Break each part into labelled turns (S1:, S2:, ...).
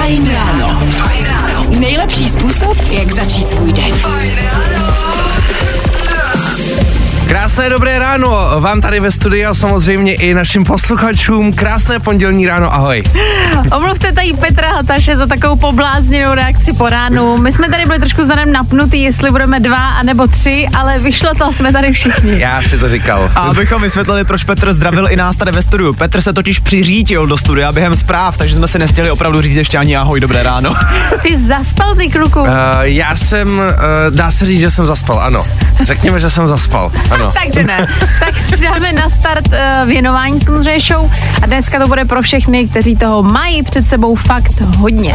S1: Fajn ráno. Nejlepší způsob, jak začít svůj den.
S2: Krásné dobré ráno vám tady ve studiu a samozřejmě i našim posluchačům. Krásné pondělní ráno, ahoj.
S3: Omluvte tady Petra Hataše za takovou poblázněnou reakci po ránu. My jsme tady byli trošku s Danem napnutý, jestli budeme 2 anebo 3, ale vyšlo to, jsme tady všichni.
S2: Já si to říkal.
S4: A abychom vysvětlili, proč Petr zdravil i nás tady ve studiu. Petr se totiž přiřítil do studia během zpráv, takže jsme si nestihli opravdu říct ještě ani ahoj, dobré ráno.
S3: Ty zaspal, ty kluku.
S2: Já jsem, dá se říct, že jsem zaspal, ano. Řekněme, že jsem zaspal, ano.
S3: Takže ne. Tak si dáme na start věnování samozřejmě show a dneska to bude pro všechny, kteří toho mají před sebou fakt hodně.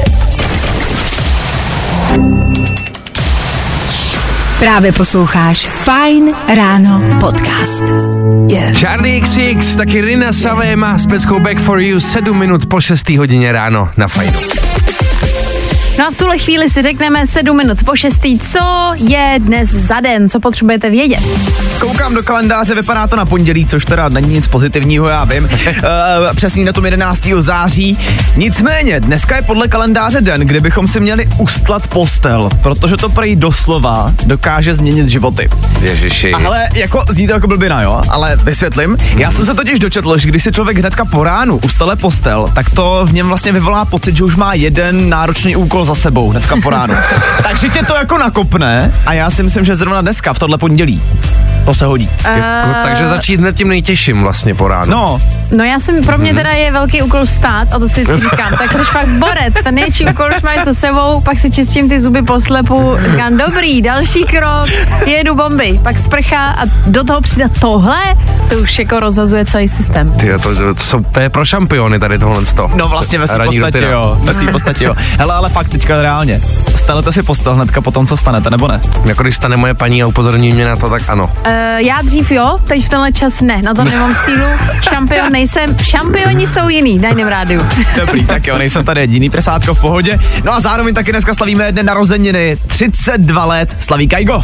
S1: Právě posloucháš Fajn ráno podcast.
S2: Yeah. Charlie XX, taky Rina Savema s peckou Back for You, 7 minut po 6. hodině ráno na Fajnu.
S3: No a v tuhle chvíli si řekneme 7 minut po 6. Co je dnes za den, co potřebujete vědět.
S4: Koukám do kalendáře, vypadá to na pondělí, což teda není nic pozitivního, já vím. Přesný na tom 11. září. Nicméně, dneska je podle kalendáře den, kdy bychom si měli ustlat postel, protože to prej doslova dokáže změnit životy.
S2: Ježiši.
S4: Ale jako, zní to jako blbina, jo? Ale vysvětlím. Já jsem se totiž dočetl, že když si člověk hnedka po ránu ustale postel, tak to v něm vlastně vyvolá pocit, že už má jeden náročný úkol za sebou hnedka po ránu. Takže tě to jako nakopne a já si myslím, že zrovna dneska v tohle pondělí to se hodí.
S2: Takže začít hned tím nejtěžším vlastně po ránu.
S3: No já jsem, pro mě teda je velký úkol vstát a to si říkám, tak když fakt borec, ten největší úkol už máš za sebou, pak si čistím ty zuby po slepu, říkám dobrý, další krok, jedu bomby, pak sprcha a do toho přidat tohle, to už jako rozhazuje celý systém.
S2: Tyjo, to je pro šampiony tady tohle sto.
S4: No vlastně ve svým podstatě jo. Hele, ale fakt teďka reálně. Stanete si postel hnedka po tom, co vstanete, nebo ne?
S2: Jako když stane moje paní a upozorní mě na to, tak ano.
S3: Já dřív jo, teď v tenhle čas ne, na to nemám sílu, šampion nejsem, šampioni jsou jiný, na jiném rádiu. Dobrý,
S4: tak jo, nejsem tady jediný, presátko v pohodě. No a zároveň taky dneska slavíme jedné narozeniny, 32 let slaví Kaigo.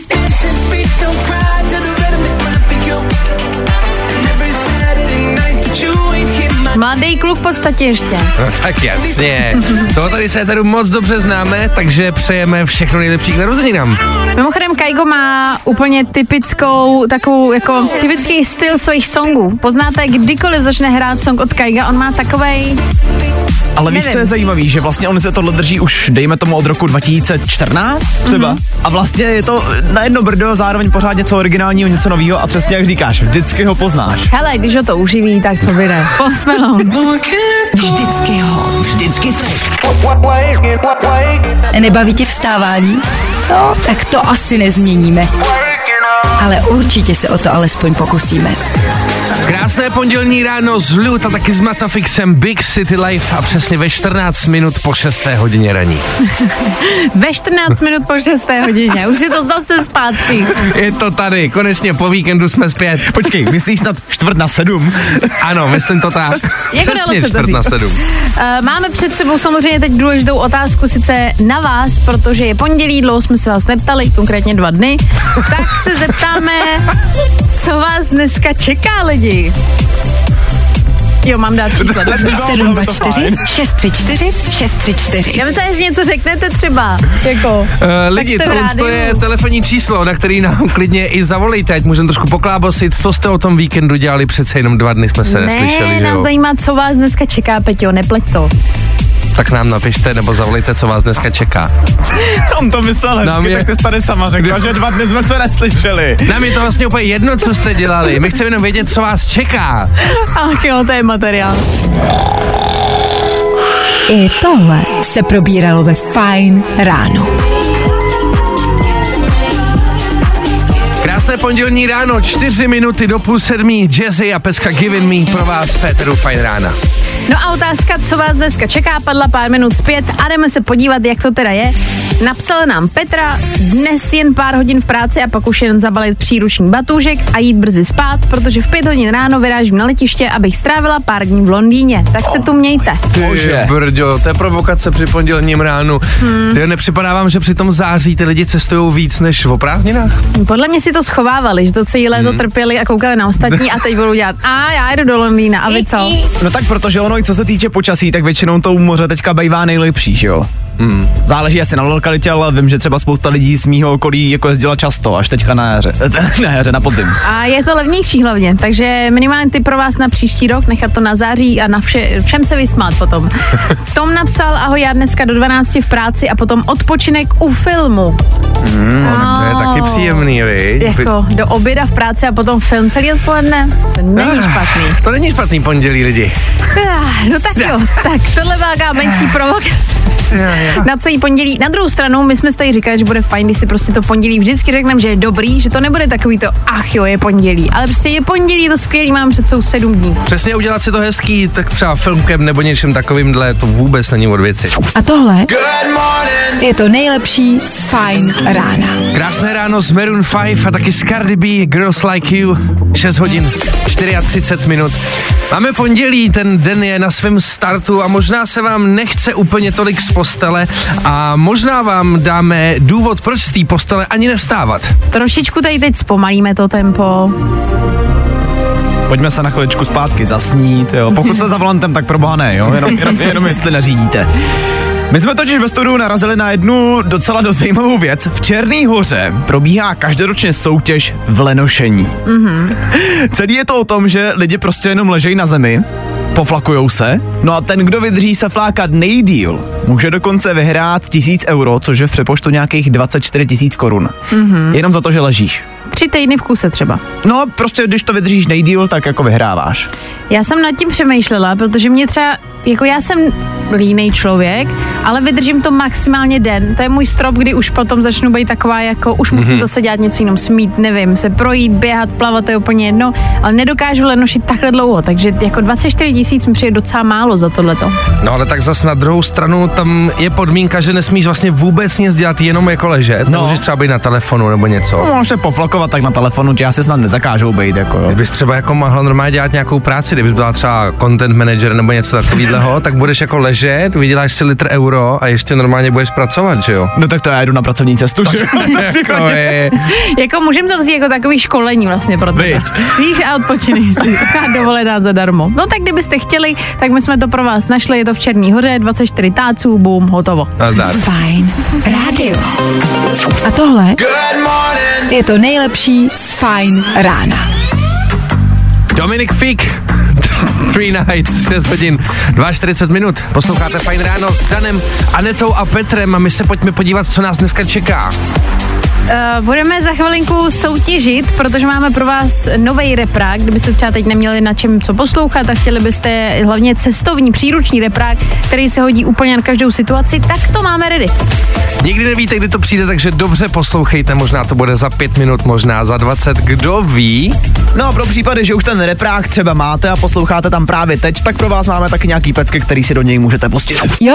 S3: Mladý kluk v podstatě ještě.
S2: No tak jasně. Toho tady se tady moc dobře známe, takže přejeme všechno nejlepší k narozeninám.
S3: Mimochodem Kaigo má úplně typickou, takovou jako typický styl svých songů. Poznáte, kdykoliv začne hrát song od Kaiga, on má takovej...
S4: Ale víš, co je zajímavý, že vlastně on se tohle drží už, dejme tomu, od roku 2014 třeba. A vlastně je to na jedno brdo, zároveň pořád něco originálního, něco nového a přesně jak říkáš, vždycky ho poznáš.
S3: Hele, když ho to uživí, tak co vyjde. Posmelou.
S1: Vždycky fresh. Nebaví tě vstávání? No, tak to asi nezměníme. Ale určitě se o to alespoň pokusíme.
S2: Krásné pondělní ráno z Lut a taky s Matafixem Big City Life a přesně ve 14 minut po 6. hodině raní.
S3: Ve 14 minut po 6. hodině, už je to zase zpátky.
S2: Je to tady, konečně po víkendu jsme zpět.
S4: Počkej, myslíš snad 6:45?
S2: Ano, myslím to tak. Přesně 6:45.
S3: Máme před sebou samozřejmě teď důležitou otázku, sice na vás, protože je pondělí, dlouho jsme se vás neptali, konkrétně 2 dny, tak se zeptáme, co vás dneska čeká, lidi. Jo, mám dát čísla.
S1: 724 634 634.
S3: Já myslím, že něco řeknete třeba. Jako,
S2: lidi, tohle je telefonní číslo, na který nám klidně i zavolejte, ať můžeme trošku poklábosit, co jste o tom víkendu dělali, přece jenom 2 dny jsme se neslyšeli, že jo?
S3: Nás zajímá, co vás dneska čeká, Peťo, nepleť to.
S2: Tak nám napište nebo zavolejte, co vás dneska čeká.
S4: On to myslel hezky, tak ty jsi tady sama řekla, že 2 dny jsme se neslyšeli.
S2: Nám je to vlastně úplně jedno, co jste dělali. My chceme jenom vědět, co vás čeká.
S3: Ach jo, to je materiál.
S1: I tohle se probíralo ve Fajn ráno.
S2: Krásné pondělní ráno, 4 minuty do 6:30, Jazzy a pecka Giving Me pro vás v éteru Fajn rána.
S3: No a otázka, co vás dneska čeká, padla pár minut zpět a jdeme se podívat, jak to teda je. Napsala nám Petra, dnes jen pár hodin v práci a pak už jen zabalit příruční batůžek a jít brzy spát, protože v 5 hodin ráno vyrážím na letiště, abych strávila pár dní v Londýně. Tak se tu mějte.
S2: Ty brďo, to je provokace při pondělním ránu. Ty nepřipadá vám, že při tom září ty lidi cestují víc než o prázdninách?
S3: Podle mě si to schovávali, že to celé léto trpěli a koukali na ostatní a teď budou dělat já jdu do Londýna a vy co?
S4: No tak protože ono i co se týče počasí, tak většinou to u moře teďka bývá nejlepší, že jo? Záleží asi na lokalitě, ale vím, že třeba spousta lidí z mýho okolí jako jezdila často, až teďka na jaře, na podzim.
S3: A je to levnější hlavně, takže minimálně ty pro vás na příští rok, nechat to na září a na všem se vysmát potom. Tom napsal, ahoj, já dneska do 12 v práci a potom odpočinek u filmu.
S2: To je taky příjemný, viď?
S3: Jako do oběda v práci a potom film celý odpoledne, to není špatný.
S2: To není špatný pondělí, lidi.
S3: No tak jo, tak tohle byla menší provokace. Na celý pondělí. Na druhou stranu, my jsme si tady říkali, že bude fajn, když si prostě to pondělí vždycky řekneme, že je dobrý, že to nebude takový to, ach jo, je pondělí, ale prostě je pondělí, to skvělý, mám před sebou 7 dní.
S2: Přesně, udělat si to hezký, tak třeba filmkem nebo něčem takovýmhle, to vůbec není od věci.
S1: A tohle je to nejlepší z Fajn rána.
S2: Krásné ráno z Maroon 5 a taky z Cardi B, Girls Like You, 6 hodin, 34 minut. Máme pondělí, ten den je na svém startu a možná se vám nechce úplně tolik z postele a možná vám dáme důvod, proč z té postele ani nestávat.
S3: Trošičku tady teď zpomalíme to tempo.
S4: Pojďme se na chviličku zpátky zasnít, jo. Pokud jste za volantem, tak proboha ne, jo, jenom jestli neřídíte. My jsme totiž ve studiu narazili na jednu docela dost zajímavou věc. V Černý Hoře probíhá každoročně soutěž v lenošení. Celý je to o tom, že lidi prostě jenom ležejí na zemi, poflakujou se, no a ten, kdo vydrží se flákat nejdýl, může dokonce vyhrát 1000 euro, což je v přepočtu nějakých 24 000 korun. Jenom za to, že ležíš.
S3: 3 týdny v kuse třeba.
S4: No, prostě když to vydržíš nejdýl, tak jako vyhráváš.
S3: Já jsem nad tím přemýšlela, protože mě třeba, jako já jsem línej člověk, ale vydržím to maximálně den. To je můj strop, kdy už potom začnu být taková, jako už musím zase dělat něco jiného, smít, nevím, se projít, běhat, plavat, to je úplně jedno, ale nedokážu lenošit takhle dlouho, takže jako 24 000 mi přijde docela málo za tohleto.
S2: No ale tak zas na druhou stranu tam je podmínka, že nesmíš vlastně vůbec nic dělat, jenom jako ležet. No. Můžeš třeba být na telefonu nebo něco.
S4: No, můžeš se poflakovat tak na telefonu, tě asi snad nezakážou být, jako jo.
S2: Kdybys třeba jako mohla normálně dělat nějakou práci, kdybys byla třeba content manager nebo něco takového, tak budeš jako ležet, vyděláš si litr euro a ještě normálně budeš pracovat, že jo?
S4: No tak to já jdu na pracovní cestu, že jo?
S3: Jako můžeme to vzít jako takový školení vlastně pro tebe. Víš, a odpočinej si. Dovolená zadarmo. No tak kdybyste chtěli, tak my jsme to pro vás našli, je to v Černý Hoře, 24 táců, boom, hotovo.
S2: Nazdar.
S1: Fajn rádio. A tohle je to nejlepší z Fajn rána.
S2: Dominik Fik, 3 Nights, 6 hodin, 42 minut. Posloucháte Fajn ráno s Danem, Anetou a Petrem a my se pojďme podívat, co nás dneska čeká.
S3: Budeme za chvilinku soutěžit, protože máme pro vás novej reprák. Kdybyste třeba teď neměli na čem co poslouchat a chtěli byste hlavně cestovní příruční reprák, který se hodí úplně na každou situaci, tak to máme ready.
S2: Nikdy nevíte, kdy to přijde, takže dobře poslouchejte, možná to bude za 5 minut, možná za 20, kdo ví?
S4: No a pro případy, že už ten reprák třeba máte a posloucháte tam právě teď, tak pro vás máme taky nějaký pecky, který si do něj můžete pustit.
S1: Jo.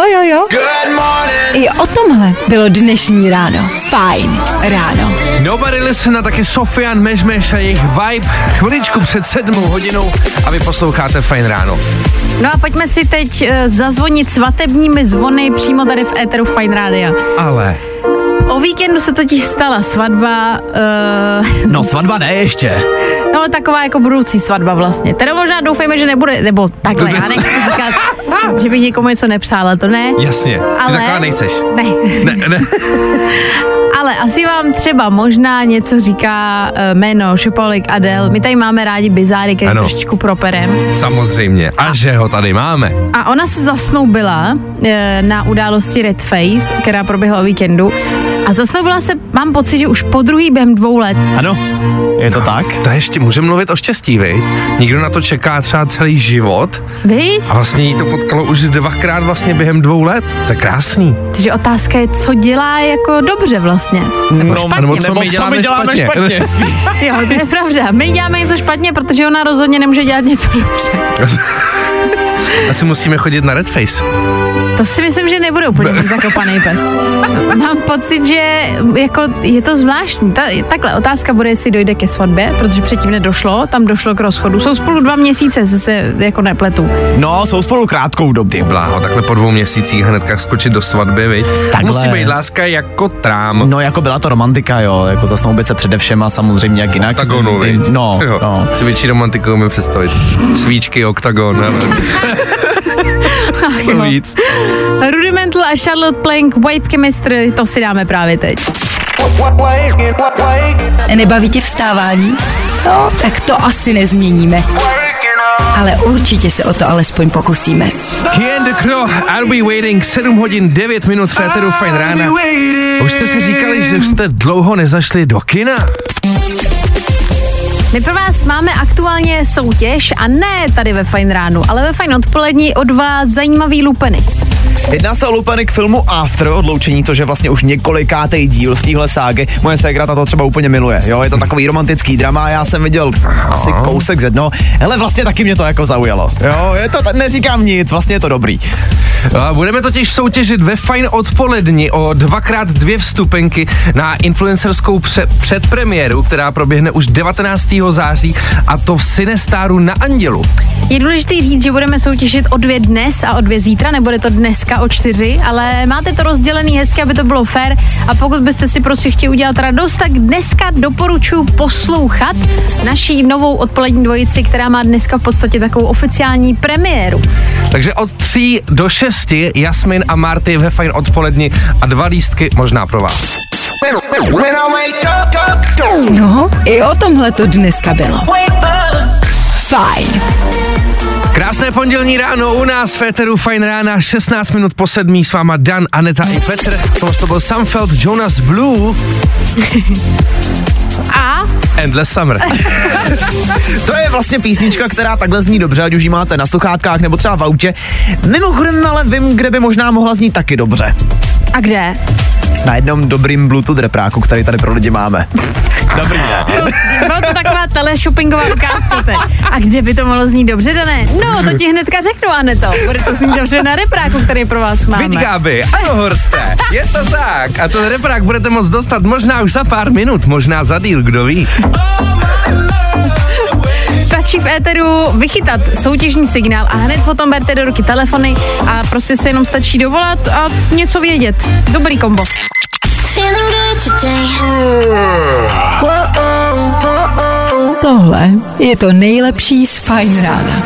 S1: I o tomhle bylo dnešní ráno. Fajn ráno.
S2: Nobody Listen a taky Sofian Mežmeš a jejich Vibe chviličku před 7 hodinou a vy posloucháte Fajn ráno.
S3: No a pojďme si teď zazvonit svatebními zvony přímo tady v éteru Fajn rádia.
S2: Ale...
S3: O víkendu se totiž stala svatba.
S4: No svatba ne ještě.
S3: No taková jako budoucí svatba vlastně. Teda možná doufejme, že nebude, nebo takhle, já nechci říkat, že bych někomu něco nepřála, to ne.
S2: Jasně,
S3: ale...
S2: ty taková nechceš.
S3: Ne. Ale asi vám třeba možná něco říká jméno Šopolik Adele. My tady máme rádi bizáry, který trošičku properem.
S2: Samozřejmě, a že ho tady máme.
S3: A ona se zasnoubila na události Red Face, která proběhla o víkendu. A zasnoubila se, mám pocit, že už po druhý během 2 let.
S4: Ano, je to tak?
S2: To ještě můžeme mluvit o štěstí, viď? Nikdo na to čeká třeba celý život.
S3: Viď?
S2: A vlastně jí to potkalo už 2krát vlastně během 2 let. To je krásný.
S3: Takže otázka je, co dělá jako dobře vlastně. Nebo špatně.
S2: Nebo co my děláme špatně.
S3: Jo, to je pravda. My děláme něco špatně, protože ona rozhodně nemůže dělat něco dobře.
S2: Asi musíme chodit na Redface.
S3: To si myslím, že nebude úplně zakopaný pes. Mám pocit, že jako je to zvláštní. Takhle otázka bude, jestli dojde ke svatbě, protože předtím nedošlo, tam došlo k rozchodu. Jsou spolu 2 měsíce, se jako nepletu.
S4: No, jsou spolu krátkou dobu.
S2: Ty bláho, takhle po 2 měsících hnedka skočit do svatby, viď?
S4: Takhle.
S2: Musí být láska jako trám.
S4: No, jako byla to romantika, jo, jako zasnoubit se především a samozřejmě jak jinak.
S2: Oktagonu, viď?
S4: No.
S2: Si větší romantiku umím představit. Svíčky, oktagon. Co víc?
S3: Rudimental a Charlotte Plank, Wave Chemistry, to si dáme právě teď.
S1: Nebaví tě vstávání? No, tak to asi nezměníme. Ale určitě se o to alespoň pokusíme.
S2: Here the Crow, I'll be waiting, 7 hodin 9 minut v éteru Fajn rána. Už jste si říkali, že jste dlouho nezašli do kina?
S3: My pro vás máme aktuálně soutěž a ne tady ve Fajn ránu, ale ve Fajn odpolední o 2 zajímavý lupeny.
S4: Jedná se o lupeny k filmu After, Odloučení, což je vlastně už několikátej díl z téhle ságy. Moje ségra to třeba úplně miluje, jo, je to takový romantický drama, já jsem viděl asi kousek z jednoho, hele, vlastně taky mě to jako zaujalo, jo, je to, neříkám nic, vlastně je to dobrý.
S2: Budeme totiž soutěžit ve Fajn odpoledni o 2x2 vstupenky na influencerskou předpremiéru, která proběhne už 19. září, a to v Cinestaru na Andělu.
S3: Je důležité říct, že budeme soutěžit o 2 dnes a o 2 zítra, nebude to dneska o 4, ale máte to rozdělený hezky, aby to bylo fair, a pokud byste si prostě chtěli udělat radost, tak dneska doporučuji poslouchat naší novou odpolední dvojici, která má dneska v podstatě takovou oficiální premiéru.
S2: Takže od 3 do 6 Jasmin a Marty ve Fajn odpoledni a 2 lístky možná pro vás.
S1: No, i o tomhle to dneska bylo. Fajn.
S2: Krásné pondělní ráno u nás v éteru Fajn rána, 16 minut po 7, s váma Dan, Aneta i Petr. To byl Samfeld, Jonas Blue
S3: A
S2: Endless Summer.
S4: To je vlastně písnička, která takhle zní dobře, ať už ji máte na sluchátkách nebo třeba v autě. Mimochodem, ale vím, kde by možná mohla znít taky dobře.
S3: a kde?
S4: Na jednom dobrým Bluetooth repráku, který tady pro lidi máme. Dobrý, ne?
S3: Byla to taková teleshoppingová ukázka teď. A kde by to mohlo znít dobře, Dané? No, to ti hnedka řeknu, Aneto. Bude to znít dobře na repráku, který pro vás máme.
S2: Vidí, Gáby, ano, Horste, je to tak. A ten reprák budete moct dostat možná už za pár minut, možná za díl, kdo ví.
S3: Stačí v éteru vychytat soutěžní signál a hned potom berte do ruky telefony a prostě se jenom stačí dovolat a něco vědět. Dobrý kombo.
S1: Tohle je to nejlepší z Fajn rána.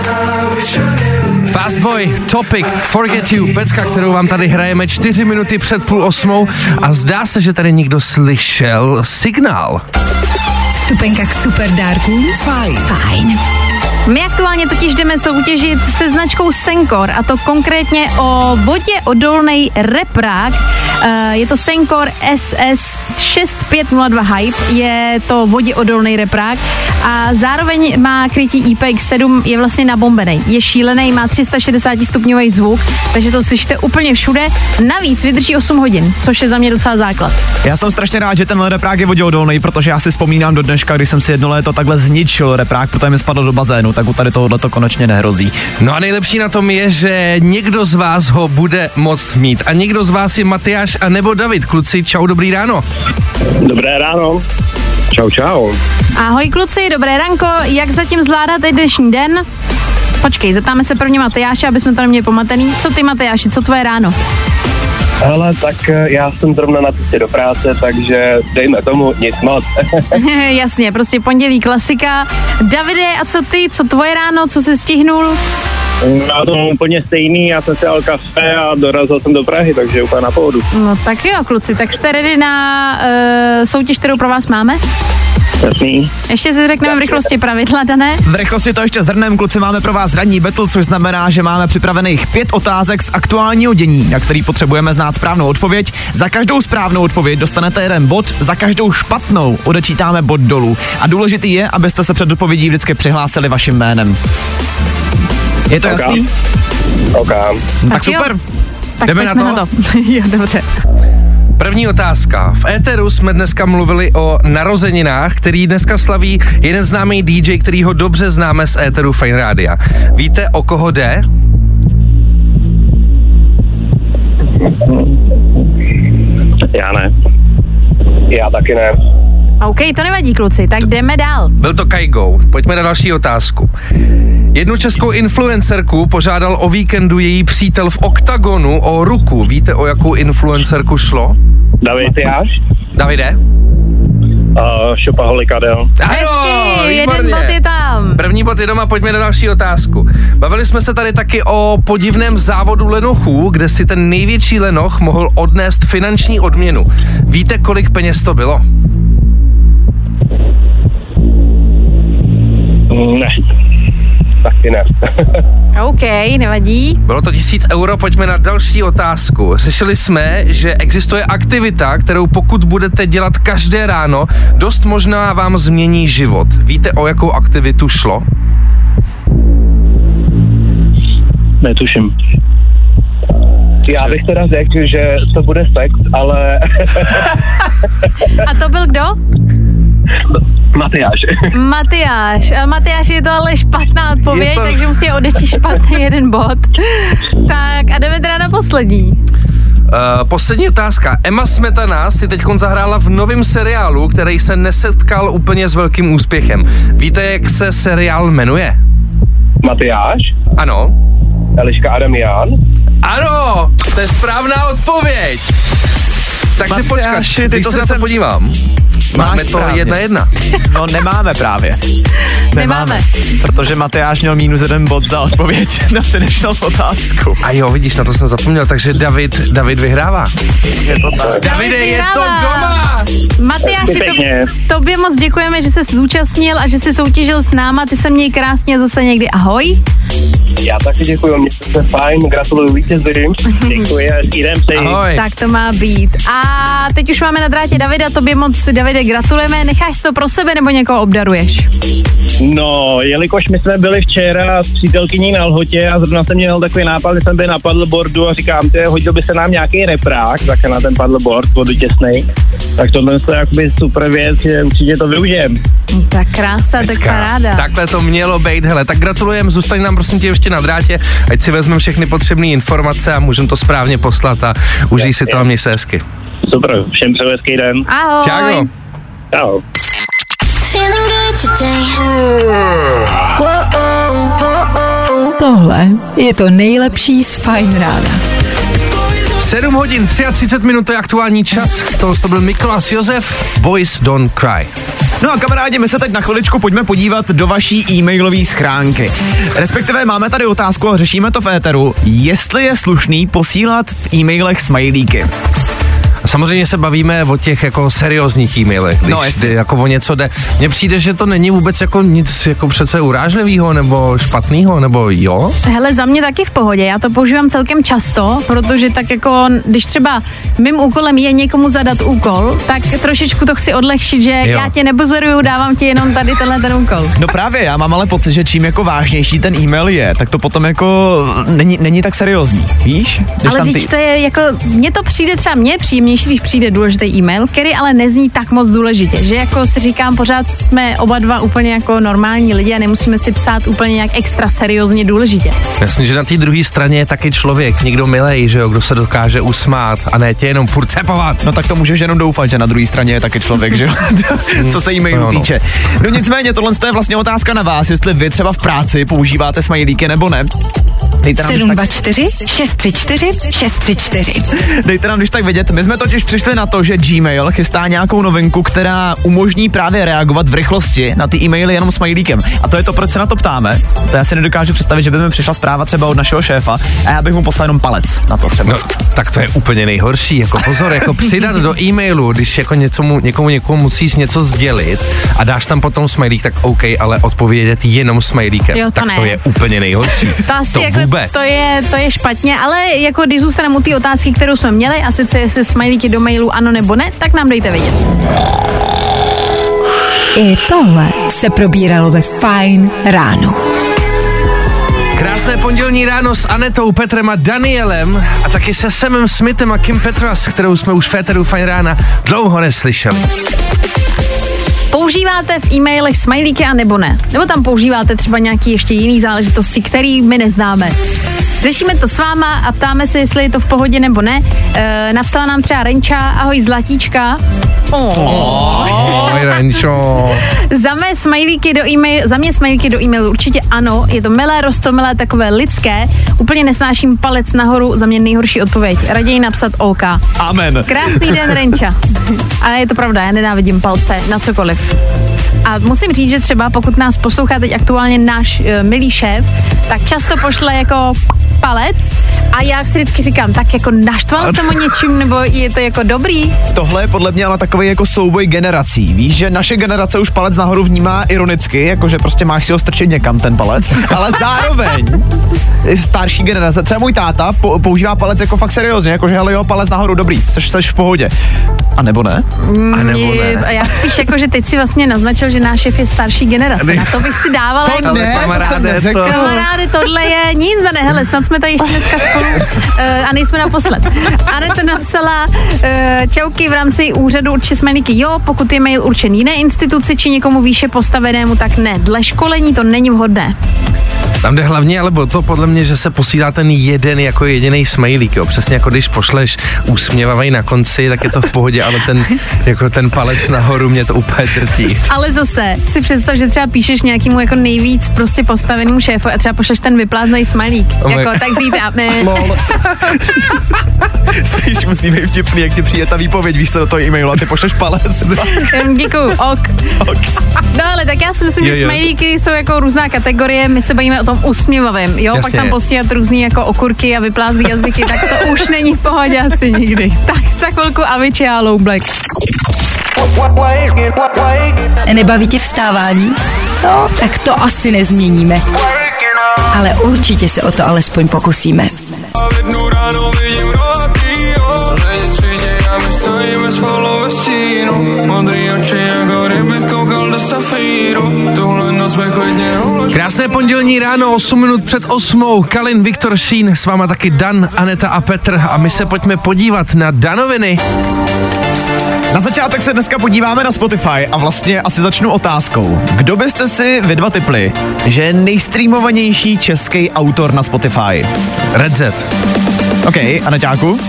S2: Fastboy, Topic, Forget You, pecka, kterou vám tady hrajeme 4 minuty před 7:30 a zdá se, že tady někdo slyšel signál.
S1: Vstupenka k superdárkům. Fajn.
S3: My aktuálně totiž jdeme soutěžit se značkou Sencor, a to konkrétně o vodě odolnej reprák. Je to Sencor SS6502 Hype, je to vodě odolnej reprák a zároveň má krytí IPX7, je vlastně nabombený. Je šílený, má 360 stupňový zvuk, takže to slyšíte úplně všude. Navíc vydrží 8 hodin, což je za mě docela základ.
S4: Já jsem strašně rád, že ten reprák je voděodolný, protože já si vzpomínám do dneška, když jsem si jedno léto takhle zničil reprák, protože mi spadl do bazénu, tak u tady tohoto konečně nehrozí.
S2: No a nejlepší na tom je, že někdo z vás ho bude moct mít a někdo z vás je Matyáš a nebo David. Kluci, čau, dobrý ráno.
S5: Dobré ráno. Čau.
S3: Ahoj kluci, dobré ranko, jak zatím zvládáte dnešní den? Počkej, zeptáme se prvně Matyáše, aby jsme to neměli pomatený. Co ty, Matyáši, co tvoje ráno?
S5: Hele, tak já jsem zrovna na cestě do práce, takže dejme tomu nic moc.
S3: Jasně, prostě pondělí klasika. Davide, a co ty, co tvoje ráno, co jsi stihnul?
S5: Já to mám úplně stejný, já jsem si dal kafe a dorazil jsem do Prahy, takže úplně na pohodu.
S3: No tak jo, kluci, tak jste ready na soutěž, kterou pro vás máme?
S5: Jasný.
S3: Ještě si řekneme v rychlosti pravidla, Dané.
S4: V rychlosti to ještě zhrnem, kluci, máme pro vás ranní battle, což znamená, že máme připravených 5 otázek z aktuálního dění, na který potřebujeme znát správnou odpověď. Za každou správnou odpověď dostanete 1 bod, za každou špatnou odečítáme bod dolů. A důležitý je, abyste se před odpovědí vždycky přihlásili vaším jménem. Je to jasný?
S5: OK.
S4: Tak super.
S3: Tak
S2: jdeme na to?
S3: Jo, dobře.
S2: První otázka. V éteru jsme dneska mluvili o narozeninách, který dneska slaví jeden známý DJ, který ho dobře známe z éteru Fajn rádia. Víte, o koho jde?
S5: Já taky ne.
S3: OK, to nevadí, kluci, tak jdeme dál.
S2: Byl to Kaigo. Pojďme na další otázku. Jednu českou influencerku požádal o víkendu její přítel v OKTAGONu o ruku. Víte, o jakou influencerku šlo?
S5: David Jáš?
S2: Davide?
S5: Šopaholik Adel.
S2: Ano,
S3: jeden bod je tam.
S2: První bod je doma, pojďme na další otázku. Bavili jsme se tady taky o podivném závodu lenochů, kde si ten největší lenoch mohl odnést finanční odměnu. Víte, kolik peněz to bylo?
S5: Ne. Taky ne.
S3: OK, nevadí.
S2: Bylo to 1000 euro, pojďme na další otázku. Řešili jsme, že existuje aktivita, kterou pokud budete dělat každé ráno, dost možná vám změní život. Víte, o jakou aktivitu šlo?
S5: Netuším. Já bych teda řekl, že to bude sex, ale...
S3: A to byl kdo?
S5: Matyáš.
S3: Matyáš, je to ale špatná odpověď, takže musí odečíst špatný jeden bod. Tak a jdeme teda na poslední.
S2: Poslední otázka. Emma Smetana si teďkon zahrála v novém seriálu, který se nesetkal úplně s velkým úspěchem. Víte, jak se seriál jmenuje?
S5: Matyáš?
S2: Ano.
S5: Eliška Adamian?
S2: Ano, to je správná odpověď. Takže počkáš, když se na to podívám. Máme to 1-1.
S4: No nemáme právě.
S3: Nemáme.
S4: Protože Matyáš měl -1 bod za odpověď na předešlou otázku.
S2: A jo, vidíš, na to jsem zapomněl, takže David vyhrává.
S4: Je to tak.
S2: Davide, je to doma!
S3: Matyáši, tobě moc děkujeme, že jsi zúčastnil a že jsi soutěžil s náma. Ty se měj krásně zase někdy. Ahoj.
S5: Já taky děkuji, mě to fajn, gratuluju vítězi. Děkuji, hezký den přeji.
S2: Ahoj.
S3: Tak to má být. A teď už máme na drátě Davida, tobě moc, Davide, gratulujeme. Necháš to pro sebe nebo někoho obdaruješ?
S5: No, jelikož my jsme byli včera s přítelkyní na Lhotě a zrovna jsem měl takový nápad, že jsem byl na paddleboardu a říkám, hodil by se nám nějaký reprák, tak na ten paddleboard, vodotěsnej. Tak tohle je jakoby super věc, že určitě to využijem.
S3: Tak krása, tak paráda.
S2: Takhle to mělo být, hele, tak gratulujem, zůstaň nám prosím tě ještě na drátě, ať si vezmeme všechny potřebné informace a můžeme to správně poslat a užij si to a měj se hezky.
S5: Super, všem přeju hezký den.
S3: Ahoj.
S2: Čau.
S5: Čau.
S1: Tohle je to nejlepší z Fajn rána.
S2: 7 hodin 33 minut, to je aktuální čas. To byl Mikolas Josef, Boys Don't Cry.
S4: No a kamarádi, my se teď na chviličku pojďme podívat do vaší e-mailové schránky. Respektive máme tady otázku a řešíme to v éteru, jestli je slušný posílat v e-mailech smajlíky.
S2: Samozřejmě se bavíme o těch jako seriózních e-mailech, když jako o něco jde. Mně přijde, že to není vůbec jako nic jako přece urážlivého nebo špatného, nebo jo?
S3: Hele, za mě taky v pohodě, já to používám celkem často, protože tak jako, když třeba mým úkolem je někomu zadat úkol, tak trošičku to chci odlehčit, že já tě nebuzoruju, dávám ti jenom tady tenhle ten úkol.
S4: No právě, já mám ale pocit, že čím jako vážnější ten e-mail je, tak to potom jako není tak seriózní, víš?
S3: Ale když to je jako, mně to přijde třeba příjemnější, když přijde důležitý e-mail, který ale nezní tak moc důležitě, že jako si říkám, pořád jsme oba dva úplně jako normální lidi a nemusíme si psát úplně nějak extra seriózně důležitě.
S2: Jasně, že na té druhé straně je taky člověk, někdo milej, že jo, kdo se dokáže usmát a ne tě jenom furt cepovat.
S4: No tak to můžeš jenom doufat, že na druhé straně je taky člověk, že jo, co se e-mailu týče. No nicméně, tohle je vlastně otázka na vás, jestli vy třeba v práci používáte smajlíky nebo ne.
S1: 724 634 634.
S4: Dejte nám když tak vědět, my jsme totiž přišli na to, že Gmail chystá nějakou novinku, která umožní právě reagovat v rychlosti na ty e-maily jenom smajlíkem. A to je to, proč se na to ptáme. To já si nedokážu představit, že by mi přišla zpráva třeba od našeho šéfa a já bych mu poslal jenom palec na to třeba.
S2: No, tak to je úplně nejhorší, jako pozor, jako přidat do e-mailu, když jako někomu musíš něco sdělit a dáš tam potom smajlík, tak OK, ale odpovědět jenom smajlíkem.
S3: Jo, to
S2: tak
S3: ne.
S2: to je úplně nejhorší.
S3: To asi
S2: to
S3: jako,
S2: vůbec.
S3: To je špatně, ale jako když zůstaneme u té otázky, kterou jsme měli, a sice jestli smajlíky do mailu ano nebo ne, tak nám dejte vědět.
S1: I tohle se probíralo ve Fajn ráno.
S2: Krásné pondělní ráno s Anetou, Petrem a Danielem a taky se Samem Smithem a Kim Petras, kterou jsme už v éteru Fajn rána dlouho neslyšeli.
S3: Používáte v e-mailech smajlíky a nebo ne? Nebo tam používáte třeba nějaký ještě jiný záležitosti, který my neznáme? Řešíme to s váma a ptáme se, jestli je to v pohodě nebo ne. Napsala nám třeba Renča, ahoj Zlatíčka.
S2: Renčo.
S3: Za mě smajlíky do e-mailu určitě ano, je to milé, roztomilé, takové lidské. Úplně nesnáším palec nahoru, za mě nejhorší odpověď. Raději napsat OK.
S4: Amen.
S3: Krásný den, Renča. A je to pravda, já nenávidím palce na cokoliv. A musím říct, že třeba pokud nás poslouchá teď aktuálně náš milý šéf, tak často pošle jako palec a já si vždycky říkám, tak jako naštval jsem o něčím, nebo je to jako dobrý?
S4: Tohle je podle mě ale takový jako souboj generací. Víš, že naše generace už palec nahoru vnímá ironicky, jakože prostě máš si ho strčit někam ten palec, ale zároveň starší generace, třeba můj táta používá palec jako fakt seriózně, jakože hele jo, palec nahoru, dobrý, seš v pohodě. A nebo ne?
S2: A nebo ne?
S3: Já spíš jako, že teď si vlastně naznačil, že náš šéf je starší generace. Na to bych si dávala.
S4: To ne, to jsem neřekl.
S3: Kamarády, tohle je nic, hele, snad jsme tady ještě dneska spolu a nejsme naposled. Aneta napsala čauky v rámci úřadu určitě smajlíky. Jo, pokud je mail určen jiné instituci či někomu výše postavenému, tak ne. Dle školení to není vhodné.
S2: Tam jde hlavně, ale to podle mě, že se posílá ten jeden jako jediný smajlík, jo. Přesně jako když pošleš úsměvavej na konci, tak je to v pohodě, ale ten palec nahoru mě to úplně drtí.
S3: Ale zase si představ, že třeba píšeš nějakému jako nejvíc prostě postavenému šéfu a třeba pošleš ten vypláznej smajlík. Jako tak zítra.
S4: Spíš musí být vtipný, jak ti přijde ta výpověď, víš co, do toho e-mailu a ty pošleš palec.
S3: Děkuju, ok. No ale tak já si myslím, že smajlíky jsou jako různá kategorie, my se bavíme o tom usměvavém, jo? Jasně. Pak tam posílat různý jako okurky a vyplázlý jazyky, tak to už není v pohodě asi nikdy. Tak za chvilku Avicii a Low Black.
S1: Nebaví tě vstávání? No, tak to asi nezměníme. Ale určitě se o to alespoň pokusíme.
S2: Krásné pondělní ráno, 8 minut před 8. Kalin, Viktor, Šín, s váma taky Dan, Aneta a Petr a my se pojďme podívat na Danoviny.
S4: Na začátek se dneska podíváme na Spotify a vlastně asi začnu otázkou. Kdo byste si vy dva tipli, že je nejstreamovanější český autor na Spotify?
S2: Red Z.
S4: OK, a Neťáku?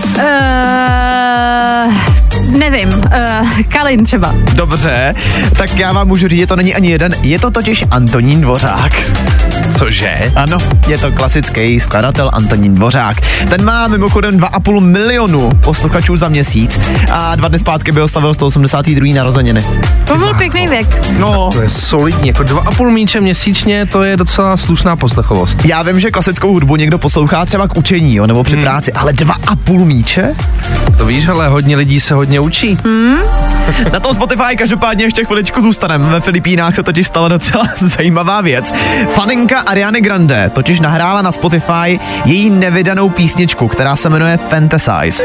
S3: Nevím, Kalin třeba.
S4: Dobře, tak já vám můžu říct, že to není ani jeden, je to totiž Antonín Dvořák.
S2: Cože?
S4: Ano, je to klasický skladatel Antonín Dvořák. Ten má mimochodem 2,5 milionu posluchačů za měsíc a 2 dny zpátky by oslavil 182. narozeniny.
S3: To byl pěkný věk.
S4: No.
S2: To je solidní, jako 2,5 míče měsíčně, to je docela slušná poslechovost.
S4: Já vím, že klasickou hudbu někdo poslouchá třeba k učení, jo, nebo při práci, ale 2,5 míče?
S2: To víš, ale hodně lidí se hodně učí.
S4: Na tom Spotify každopádně ještě chviličku zůstaneme. Ve Filipínách se totiž stala docela zajímavá věc. Faninka Ariany Grande totiž nahrála na Spotify její nevydanou písničku, která se jmenuje Fantasize.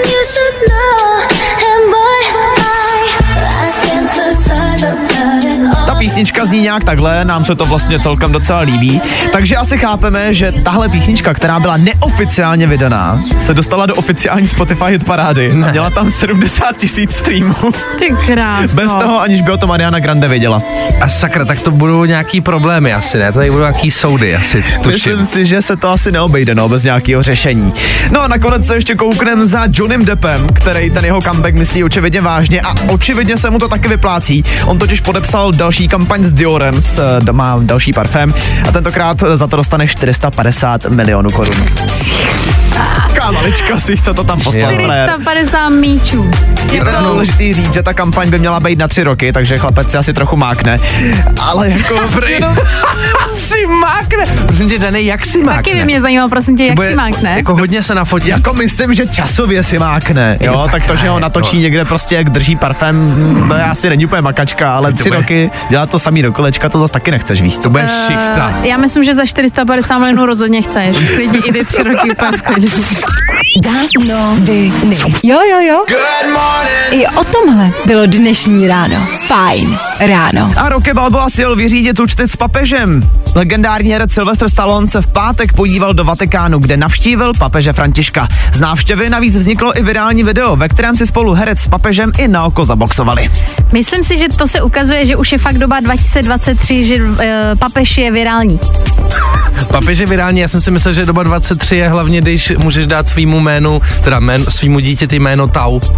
S4: Ta písnička zní nějak takhle, nám se to vlastně celkem docela líbí, takže asi chápeme, že tahle písnička, která byla neoficiálně vydaná, se dostala do oficiální Spotify hit parády a měla tam 70 000 streamů.
S3: Ty krásno.
S4: Bez toho, aniž by o tom Ariana Grande věděla.
S2: A sakra, tak to budou nějaký problémy asi, ne? Tady budou nějaký soudy asi, tuším.
S4: Myslím si, že se to asi neobejde, no, bez nějakého řešení. No a nakonec se ještě kouknem za Johnnym Deppem, který ten jeho comeback myslí očividně vážně a očividně se mu to taky vyplácí. On totiž podepsal další kampaň s Diorem, má další parfém a tentokrát za to dostane 450 milionů korun. Malička si, co to tam poslal.
S3: 450 míčů.
S4: Je to důležitý říct, že ta kampaň by měla být na 3 roky, takže chlapec si asi trochu mákne. Ale jako...
S2: si mákne. Prosím tě, Dane, jak si mákne?
S3: Taky by mě zajímalo, prosím tě, jak si mákne.
S2: Jako hodně se nafotí.
S4: Jako myslím, že časově si mákne. Jo, tak to, že ho natočí někde prostě, jak drží parfém, to asi není úplně makačka, ale 3 roky dělat to samý do kolečka, to zase taky nechceš, víš, co budeš šichta.
S3: Já myslím, že za 450 milionů rozhodně chceš. Klidně i ty 3 roky úplně v klidu.
S1: Danoviny. Jo. I o tomhle bylo dnešní ráno. Fajn ráno.
S4: A Rocky Balboa si jel vyřídit účty s papežem. Legendární herec Sylvester Stallone se v pátek podíval do Vatikánu, kde navštívil papeže Františka. Z návštěvy navíc vzniklo i virální video, ve kterém si spolu herec s papežem i na oko zaboxovali.
S3: Myslím si, že to se ukazuje, že už je fakt doba 2023, že papež je virální.
S2: Papež je virální, já jsem si myslel, že doba 23 je hlavně, když můžeš dát svýmu jménu, teda svýmu dítěti jméno Tau.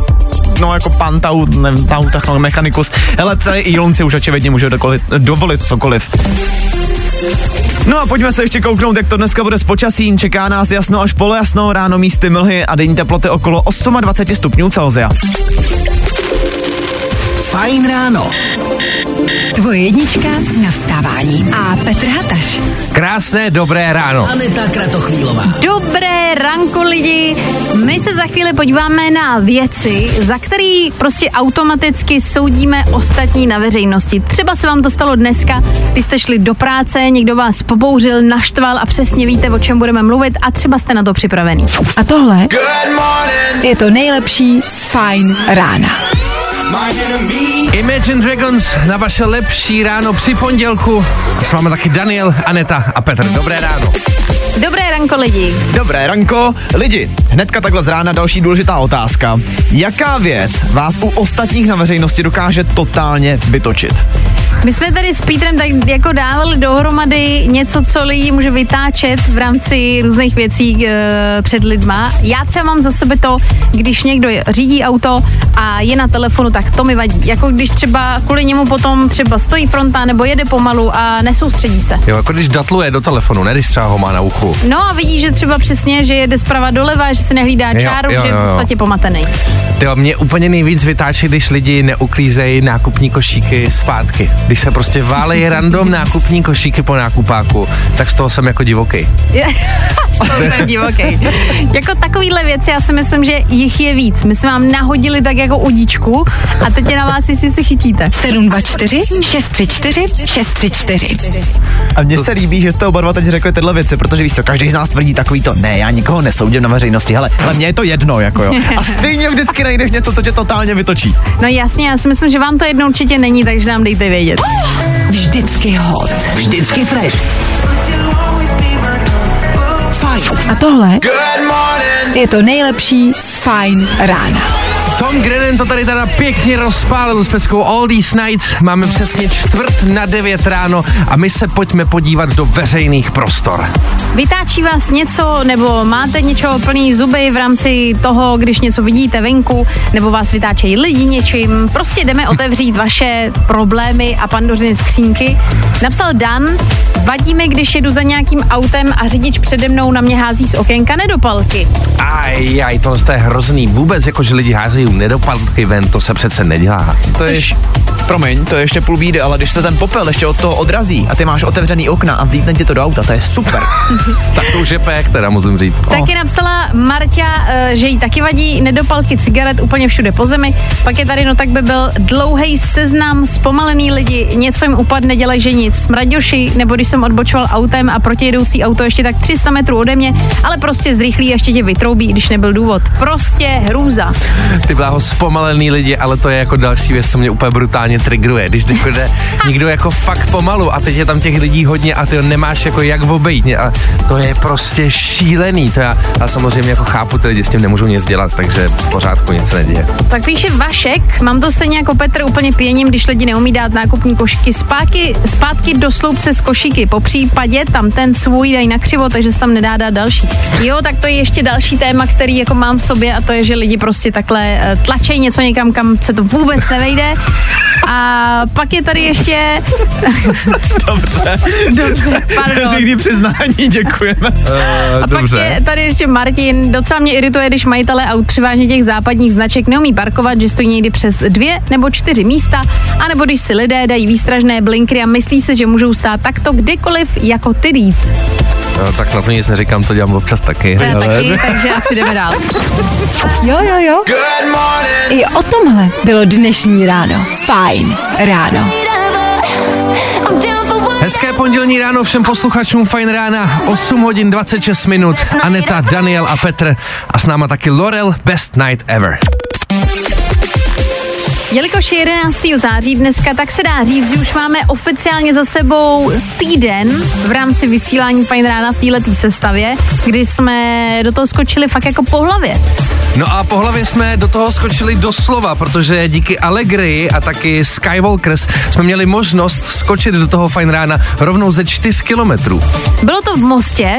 S4: no jako pan technomechanikus. Hele, tady Elon si už očividně může dovolit cokoliv. No a pojďme se ještě kouknout, jak to dneska bude s počasím. Čeká nás jasno až polojasno, ráno místy mlhy a denní teploty okolo 28 stupňů Celsia.
S6: Fajn ráno.
S1: Tvoje jednička na vstávání. A Petr Hataš.
S2: Krásné, dobré ráno.
S6: Aneta Kratochvílová.
S3: Dobré ranko lidi, my se za chvíli podíváme na věci, za který prostě automaticky soudíme ostatní na veřejnosti. Třeba se vám to stalo dneska, když jste šli do práce, někdo vás pobouřil, naštval a přesně víte, o čem budeme mluvit a třeba jste na to připravený.
S1: A tohle je to nejlepší z Fajn rána.
S2: Imagine Dragons na vaše lepší ráno při pondělku. S vámi taky Daniel, Aneta a Petr. Dobré ráno.
S3: Dobré ranko lidi.
S4: Dobré ranko. Lidi, hnedka takhle z rána další důležitá otázka. Jaká věc vás u ostatních na veřejnosti dokáže totálně vytočit?
S3: My jsme tady s Petrem tak jako dávali dohromady něco, co lidi může vytáčet v rámci různých věcí před lidma. Já třeba mám za sebe to, když někdo řídí auto a je na telefonu, tak to mi vadí. Jako když třeba kvůli němu potom třeba stojí fronta nebo jede pomalu a nesoustředí se.
S2: Jo, jako když datluje do telefonu, ne když třeba ho má na uchu.
S3: No a vidí, že třeba přesně, že jede zprava doleva, že se nehlídá čáru, že je v podstatě pomatený.
S2: Jo, mě úplně nejvíc vytáčí, když lidi neuklízejí nákupní košíky zpátky. Když se prostě válejí random nákupní košíky po nákupáku, tak z toho jsem jako divoký.
S3: To jsem divoký. Jako takovýhle věci, já si myslím, že jich je víc. My jsme vám nahodili tak jako udíčku a teď je na vás, jestli se chytíte.
S1: 724 634 634.
S4: A mně se líbí, že jste oba dva teď řekli tyhle věci, protože víš co, každý z nás tvrdí takový to, ne, já nikoho nesoudím na veřejnosti, hele, ale mně je to jedno, jako jo. A stejně vždycky najdeš něco, co tě totálně vytočí.
S3: No jasně, já si myslím, že vám to jednou určitě není, takže nám dejte vědět.
S1: Vždycky hot.
S6: Vždycky fresh. Fajn.
S1: A tohle je to nejlepší z Fajn rána.
S2: Tom Grennan to tady teda pěkně rozpálil s peckou All These Nights. Máme přesně 8:45 ráno a my se pojďme podívat do veřejných prostor.
S3: Vytáčí vás něco, nebo máte něčeho plný zuby v rámci toho, když něco vidíte venku, nebo vás vytáčejí lidi něčím. Prostě jdeme otevřít vaše problémy a pandořiny skřínky. Napsal Dan, vadí mi, když jedu za nějakým autem a řidič přede mnou na mě hází z okénka nedopalky.
S2: Aj, tohle je hrozný. Vůbec jako, že lidi házejí nedopalky ven, to se přece nedělá.
S4: Promiň, to je ještě půl bídy, ale když se ten popel ještě od toho odrazí a ty máš otevřený okna a vlítne ti to do auta, to je super.
S2: Tak to už je pek, teda musím říct.
S3: Taky napsala Marťa, že jí taky vadí nedopalky cigaret úplně všude po zemi. Pak je tady, no tak by byl dlouhej seznam, zpomalený lidi, něco jim upadne, dělají, že nic. Smraďoši, nebo když jsem odbočoval autem a protijedoucí auto ještě tak 300 metrů ode mě, ale prostě zrychlí, ještě tě vytroubí, když nebyl důvod. Prostě hrůza.
S2: Ty bláho, zpomalený lidi, ale to je jako další věc, co mě úplně brutálně triggeruje. Když jde někdo jako fakt pomalu a teď je tam těch lidí hodně a ty nemáš jako jak obejít. A to je prostě šílený. To já samozřejmě jako chápu, ty lidi s tím nemůžou nic dělat, takže v pořádku, nic se neděje.
S3: Tak píše Vašek, mám to stejně jako Petr úplně pěním, když lidi neumí dát nákupní košíky zpátky do sloupce z košíky. Po případě tam ten svůj dají na křivo, takže se tam nedá dát další. Jo, tak to je ještě další téma, který jako mám v sobě a to je, že lidi prostě takhle tlačejí něco někam, kam se to vůbec nevejde. A pak je tady ještě...
S4: Dobře,
S3: pardon.
S4: Řekni přiznání, děkujeme.
S3: A pak je tady ještě Martin, docela mě irituje, když majitelé aut převážně těch západních značek neumí parkovat, že stojí někdy přes 2 nebo 4 místa, anebo když si lidé dají výstražné blinkry a myslí se, že můžou stát takto kdykoliv jako ty jít.
S2: No, tak na to nic neříkám, to dělám občas taky.
S3: Taky, takže asi jdeme dál.
S1: Jo. I o tomhle bylo dnešní ráno. Fajn ráno.
S2: Hezké pondělní ráno všem posluchačům Fajn rána, 8 hodin 26 minut. Aneta, Daniel a Petr a s náma taky Laurel, Best Night Ever.
S3: Jelikož je 11. září dneska, tak se dá říct, že už máme oficiálně za sebou týden v rámci vysílání Fajn rána v této sestavě, kdy jsme do toho skočili fakt jako po hlavě.
S2: No a po hlavě jsme do toho skočili doslova, protože díky Allegrii a taky Skywalkers jsme měli možnost skočit do toho Fajn rána rovnou ze 4 kilometrů.
S3: Bylo to v Mostě,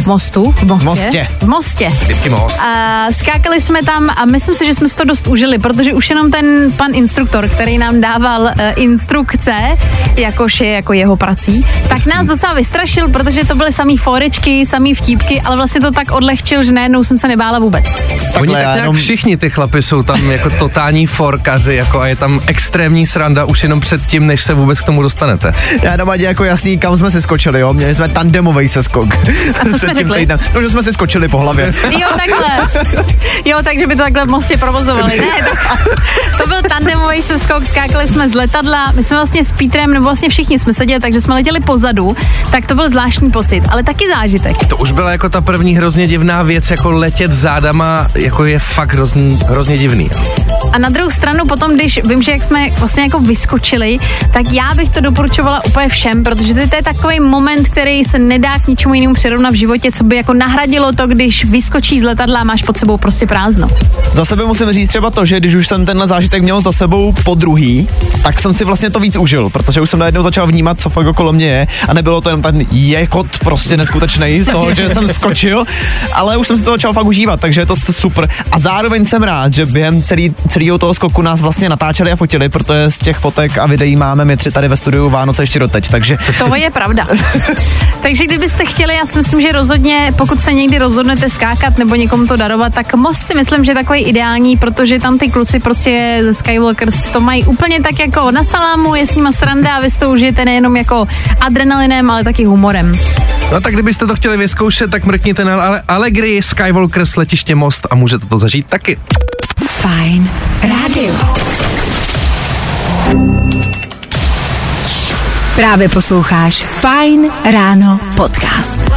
S3: v Mostě.
S2: Vždycky most.
S3: A skákali jsme tam a myslím si, že jsme si to dost užili, protože už jenom ten pan instruktor, který nám dával instrukce, jakož je jako jeho prací, tak nás docela vystrašil, protože to byly samý fórečky, samý vtípky, ale vlastně to tak odlehčil, že najednou jsem se nebála vůbec.
S2: Oni tak nějak všichni ty chlapi jsou tam jako totální forkaři, jako a je tam extrémní sranda už jenom před tím, než se vůbec k tomu dostanete.
S4: Já doma jako jasný, kam jsme se skočili, jo? Měli jsme tandemový seskok.
S3: A co jsme řekli?
S4: No, že jsme se skočili po hlavě.
S3: Jo, takhle. Jo, takže by to takhle v Mostě provozovali. Ne, tak to byl tandemový seskok, skákali jsme z letadla, my jsme vlastně s Pítrem, nebo vlastně všichni jsme seděli, takže jsme letěli pozadu, tak to byl zvláštní pocit, ale taky zážitek.
S2: To už byla jako ta první hrozně divná věc, jako letět zádama, jako je fakt hrozně divný.
S3: A na druhou stranu potom, když vím, že jak jsme vlastně jako vyskočili, tak já bych to doporučovala úplně všem, protože to je takový moment, který se nedá k ničemu jinému přirovnat v životě, co by jako nahradilo to, když vyskočíš z letadla a máš pod sebou prostě prázdno.
S4: Za sebe musím říct třeba to, že když už jsem tenhle zážitek měl za sebou po druhý, tak jsem si vlastně to víc užil, protože už jsem najednou začal vnímat, co fakt okolo mě je a nebylo to jenom ten jekot prostě neskutečný z toho, že jsem skočil, ale už jsem si to začal fakt užívat, takže je to super. A zároveň jsem rád, že během celého toho skoku nás vlastně natáčeli a fotili, protože z těch fotek a videí máme my tři tady ve studiu Vánoce ještě doteď, takže...
S3: To je pravda. Takže kdybyste chtěli, já si myslím, že rozhodně, pokud se někdy rozhodnete skákat nebo někomu to darovat, tak Most si myslím, že je takový ideální, protože tam ty kluci prostě ze Skywalkers to mají úplně tak jako na salámu, je s nima sranda a vy to užijete nejenom jako adrenalinem, ale taky humorem.
S2: No tak kdybyste to chtěli vyzkoušet, tak mrkněte na Allegrii, Skywalkers, letiště Most a můžete to zažít taky.
S1: Fajn rádio. Právě posloucháš Fajn ráno podcast.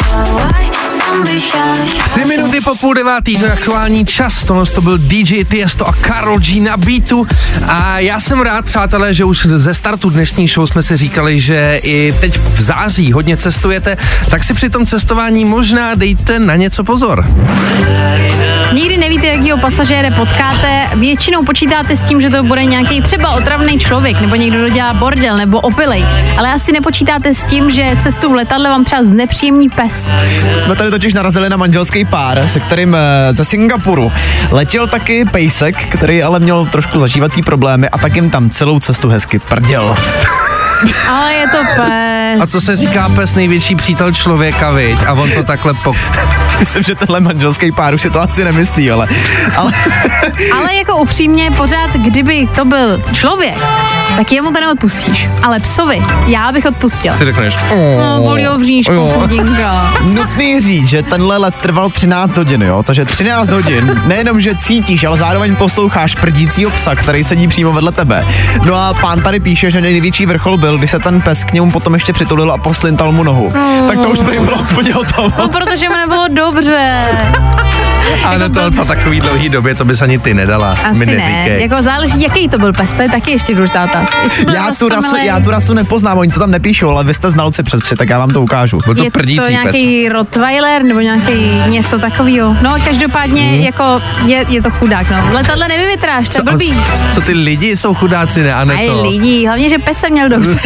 S2: 3 minuty po 8:30, to je aktuální čas, tohle to byl DJ Tiesto a Karol G na beatu a já jsem rád, přátelé, že už ze startu dnešní show jsme si říkali, že i teď v září hodně cestujete, tak si při tom cestování možná dejte na něco pozor.
S3: Nikdy nevíte, jakýho pasažéra potkáte, většinou počítáte s tím, že to bude nějaký třeba otravný člověk, nebo někdo, kdo dělá bordel, nebo opilej, ale asi nepočítáte s tím, že cestu v letadle vám třeba znepříjemní pes.
S4: Jsme tady totiž narazili na manželský pár, se kterým ze Singapuru letěl taky pejsek, který ale měl trošku zažívací problémy a tak jim tam celou cestu hezky prděl.
S3: Ale je to pes.
S2: A co se říká pes, největší přítel člověka, viď? A on to takhle
S4: Myslím, že tenhle manželský pár už si to asi nemyslí, ale...
S3: Ale jako upřímně, pořád, kdyby to byl člověk, tak jemu to neodpustíš. Ale psovi, já bych odpustil.
S2: Si řekneš...
S3: No, bolí ho bříško, chudinka.
S4: Nutný říct, že tenhle let trval 13 hodin, jo? Takže 13 hodin, nejenom, že cítíš, ale zároveň posloucháš prdícího psa, který sedí přímo vedle tebe. No a pán tady píše, že největší vrchol byl, když se ten pes k němu potom ještě přitulil a poslintal mu nohu. Tak to už prý bylo úplně hotovo.
S3: No, protože mu nebylo dobře.
S2: Ale to po takový dlouhý době to bys ani ty nedala.
S3: Asi
S2: mi
S3: ne,
S2: neříkej.
S3: jako záleží, jaký to byl pes, to je taky ještě důležitá otázka.
S4: Já tu rasu nepoznám, oni to tam nepíšou, ale vy jste znalci přes psy, tak já vám to ukážu.
S2: Byl to
S3: je
S2: prdící
S3: to nějaký
S2: pes.
S3: Rottweiler nebo nějaký něco takového. No, každopádně jako je to chudák, no. V letadle nevyvětráš, to je blbý.
S2: Co ty lidi jsou chudáci, ne? A ne to.
S3: Lidi, hlavně, že pes se měl dobře.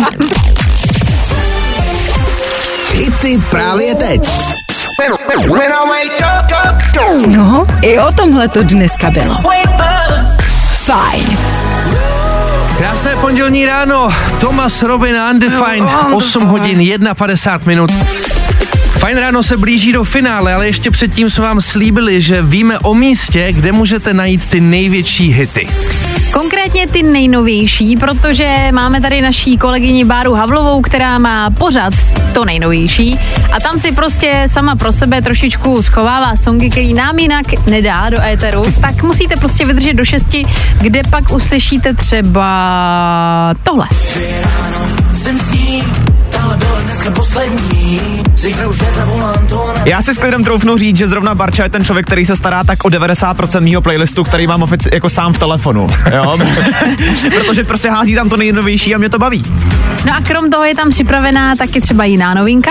S6: Hity právě teď.
S1: No, i o tomhle to dneska bylo. Fajn.
S2: Krásné pondělní ráno, Thomas Robin Undefined, 8 hodin 51 minut. Fajn ráno se blíží do finále, ale ještě předtím jsme vám slíbili, že víme o místě, kde můžete najít ty největší hity.
S3: Konkrétně ty nejnovější, protože máme tady naší kolegyni Báru Havlovou, která má pořad to nejnovější a tam si prostě sama pro sebe trošičku schovává songy, který nám jinak nedá do éteru, tak musíte prostě vydržet do 6, kde pak uslyšíte třeba tohle.
S4: Já si s klidem troufnu říct, že zrovna Barča je ten člověk, který se stará tak o 90% mýho playlistu, který mám jako sám v telefonu. Jo? Protože prostě hází tam to nejnovější a mě to baví.
S3: No a krom toho je tam připravená taky třeba jiná novinka.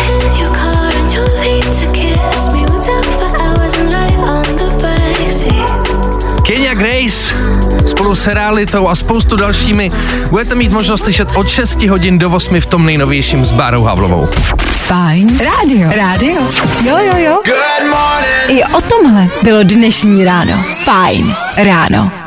S2: Kenya Grace spolu s Realitou a spoustu dalšími budete mít možnost slyšet od 6 hodin do 8 v tom nejnovějším s Bárou Havlovou.
S1: Fajn rádio. Jo. I o tomhle bylo dnešní ráno. Fajn ráno.